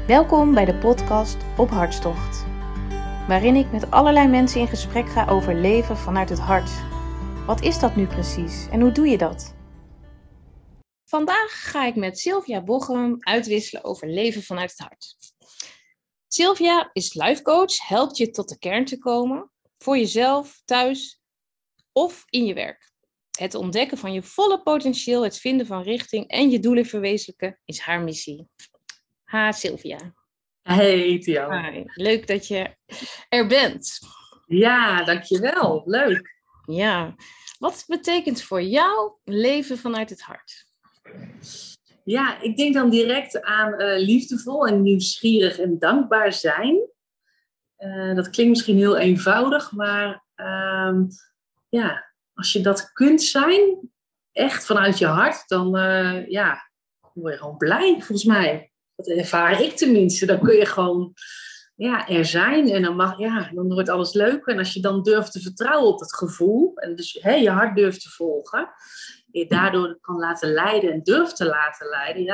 Welkom bij de podcast Op Hartstocht, waarin ik met allerlei mensen in gesprek ga over leven vanuit het hart. Wat is dat nu precies en hoe doe je dat? Vandaag ga ik met Sylvia Bochum uitwisselen over leven vanuit het hart. Sylvia is life coach, helpt je tot de kern te komen, voor jezelf, thuis of in je werk. Het ontdekken van je volle potentieel, het vinden van richting en je doelen verwezenlijken is haar missie. Ha, Sylvia. Hey, Tiana. Hi, leuk dat je er bent. Ja, dankjewel. Leuk. Ja, wat betekent voor jou leven vanuit het hart? Ja, ik denk dan direct aan liefdevol en nieuwsgierig en dankbaar zijn. Dat klinkt misschien heel eenvoudig, maar ja, als je dat kunt zijn, echt vanuit je hart, dan word je gewoon blij, volgens mij. Dat ervaar ik tenminste. Dan kun je gewoon er zijn en dan wordt alles leuk. En als je dan durft te vertrouwen op dat gevoel, en dus je hart durft te volgen, je daardoor kan laten leiden en durft te laten leiden,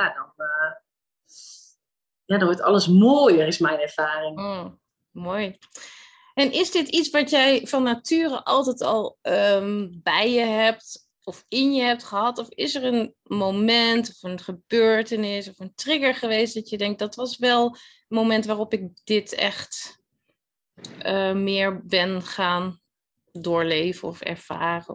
dan wordt alles mooier, is mijn ervaring. Mooi. En is dit iets wat jij van nature altijd al bij je hebt of in je hebt gehad? Of is er een moment of een gebeurtenis of een trigger geweest dat je denkt, dat was wel een moment waarop ik dit echt meer ben gaan doorleven of ervaren?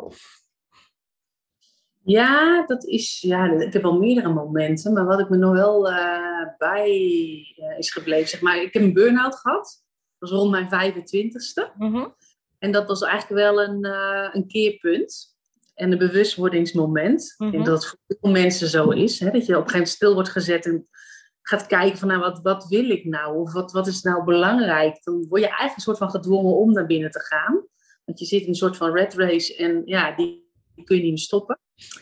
Ja, ik heb wel meerdere momenten, maar wat ik me nog wel bij is gebleven, zeg maar, ik heb een burn-out gehad. Dat was rond mijn 25ste. Mm-hmm. En dat was eigenlijk wel een keerpunt. En een bewustwordingsmoment. Mm-hmm. Ik denk dat het voor veel mensen zo is. Hè? Dat je op een gegeven moment stil wordt gezet en gaat kijken van wat wil ik nou? Of wat is nou belangrijk? Dan word je eigenlijk een soort van gedwongen om naar binnen te gaan. Want je zit in een soort van rat race en die kun je niet meer stoppen.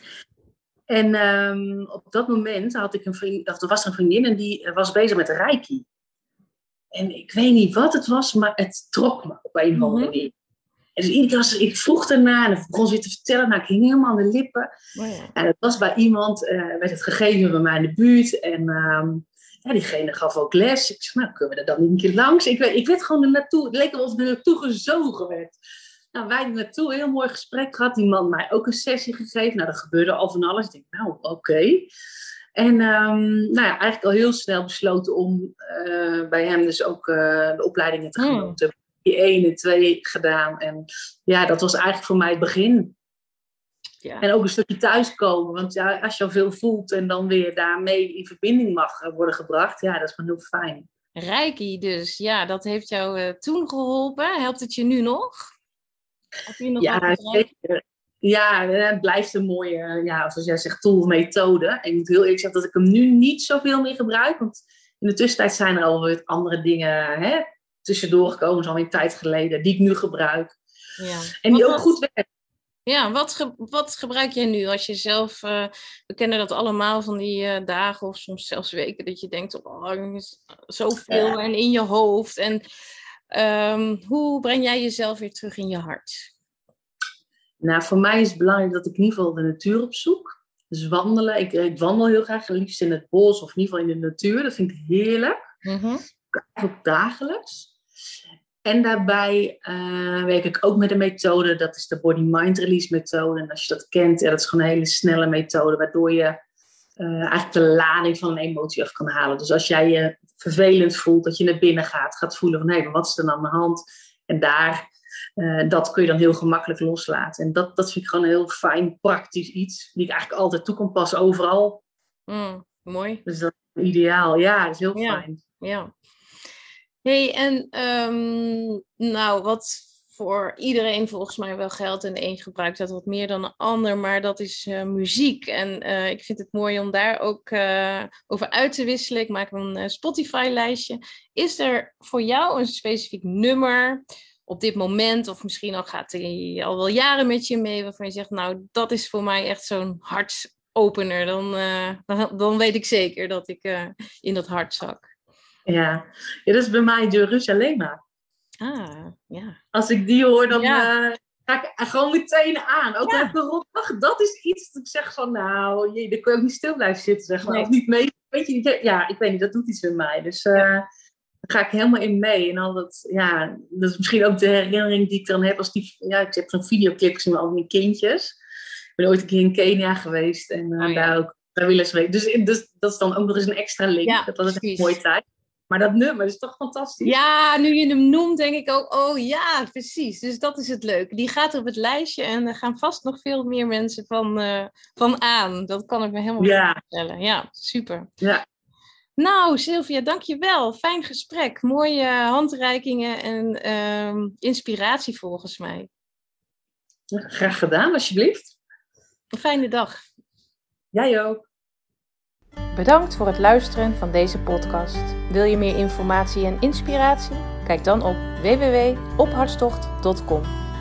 En op dat moment was er een vriendin en die was bezig met Reiki. En ik weet niet wat het was, maar het trok me op een of andere manier. En dus iedere keer als ik vroeg ernaar en ik begon ze weer te vertellen, ik hing helemaal aan de lippen. Oh ja. En het was bij iemand, werd het gegeven bij mij in de buurt. En diegene gaf ook les. Ik zei, kunnen we er dan niet een keer langs? Ik werd gewoon er naartoe. Het leek wel of ik er naartoe gezogen werd. Nou, wij er naartoe, een heel mooi gesprek gehad. Die man mij ook een sessie gegeven. Nou, er gebeurde al van alles. Ik denk, oké. En eigenlijk al heel snel besloten om bij hem dus ook de opleidingen te gaan doen. Die 1 en 2 gedaan. En dat was eigenlijk voor mij het begin. Ja. En ook een stukje thuiskomen. Want als je al veel voelt en dan weer daarmee in verbinding mag worden gebracht. Ja, dat is gewoon heel fijn. Reiki dus. Ja, dat heeft jou toen geholpen. Helpt het je nu nog? Heb je nog zeker. Ja, het blijft een mooie, zoals jij zegt, tool of methode. En ik moet heel eerlijk zeggen dat ik hem nu niet zoveel meer gebruik. Want in de tussentijd zijn er alweer andere dingen tussendoor gekomen. Dat is alweer een tijd geleden, die ik nu gebruik. Ja. En die ook goed werken. Ja, wat gebruik jij nu als je zelf... we kennen dat allemaal van die dagen of soms zelfs weken dat je denkt, zoveel en in je hoofd. En hoe breng jij jezelf weer terug in je hart? Nou, voor mij is het belangrijk dat ik in ieder geval de natuur opzoek. Dus wandelen. Ik wandel heel graag, liefst in het bos of in ieder geval in de natuur. Dat vind ik heerlijk. Mm-hmm. Ook dagelijks. En daarbij werk ik ook met een methode, dat is de Body-Mind Release methode. En als je dat kent, dat is gewoon een hele snelle methode, waardoor je eigenlijk de lading van een emotie af kan halen. Dus als jij je vervelend voelt, dat je naar binnen gaat voelen van maar wat is er dan aan de hand? En dat kun je dan heel gemakkelijk loslaten. En dat vind ik gewoon een heel fijn, praktisch iets, die ik eigenlijk altijd toe kan passen, overal. Mooi. Dus dat is ideaal. Ja, dat is heel fijn. Ja. Hey, en wat voor iedereen volgens mij wel geldt, en de een gebruikt dat wat meer dan de ander, maar dat is muziek. En ik vind het mooi om daar ook over uit te wisselen. Ik maak een Spotify-lijstje. Is er voor jou een specifiek nummer op dit moment, of misschien al gaat hij al wel jaren met je mee, waarvan je zegt, nou, dat is voor mij echt zo'n hartopener. Dan weet ik zeker dat ik in dat hart zak. Ja, dat is bij mij Jerusalema. Ja. Als ik die hoor, dan ga ik gewoon meteen aan. Ook op de rotdag, dat is iets dat ik zeg van, daar kun je ook niet stil blijven zitten, zeg maar. Nee. Of niet mee weet je, ja, ik weet niet, dat doet iets met mij. Dus daar ga ik helemaal in mee. En al dat, ja, dat is misschien ook de herinnering die ik dan heb als die, ja, ik heb zo'n videoclip gezien met al die kindjes. Ik ben ooit een keer in Kenia geweest en daar ook vrijwilligersweek. Dus dat is dan ook nog eens een extra link. Ja, dat was echt precies. een mooie tijd. Maar dat nummer is toch fantastisch? Ja, nu je hem noemt, denk ik ook, oh ja, precies. Dus dat is het leuke. Die gaat op het lijstje en er gaan vast nog veel meer mensen van aan. Dat kan ik me helemaal voorstellen. Ja, super. Ja. Nou, Sylvia, dankjewel. Fijn gesprek. Mooie handreikingen en inspiratie volgens mij. Graag gedaan, alsjeblieft. Een fijne dag. Jij ook. Bedankt voor het luisteren van deze podcast. Wil je meer informatie en inspiratie? Kijk dan op www.ophartstocht.com.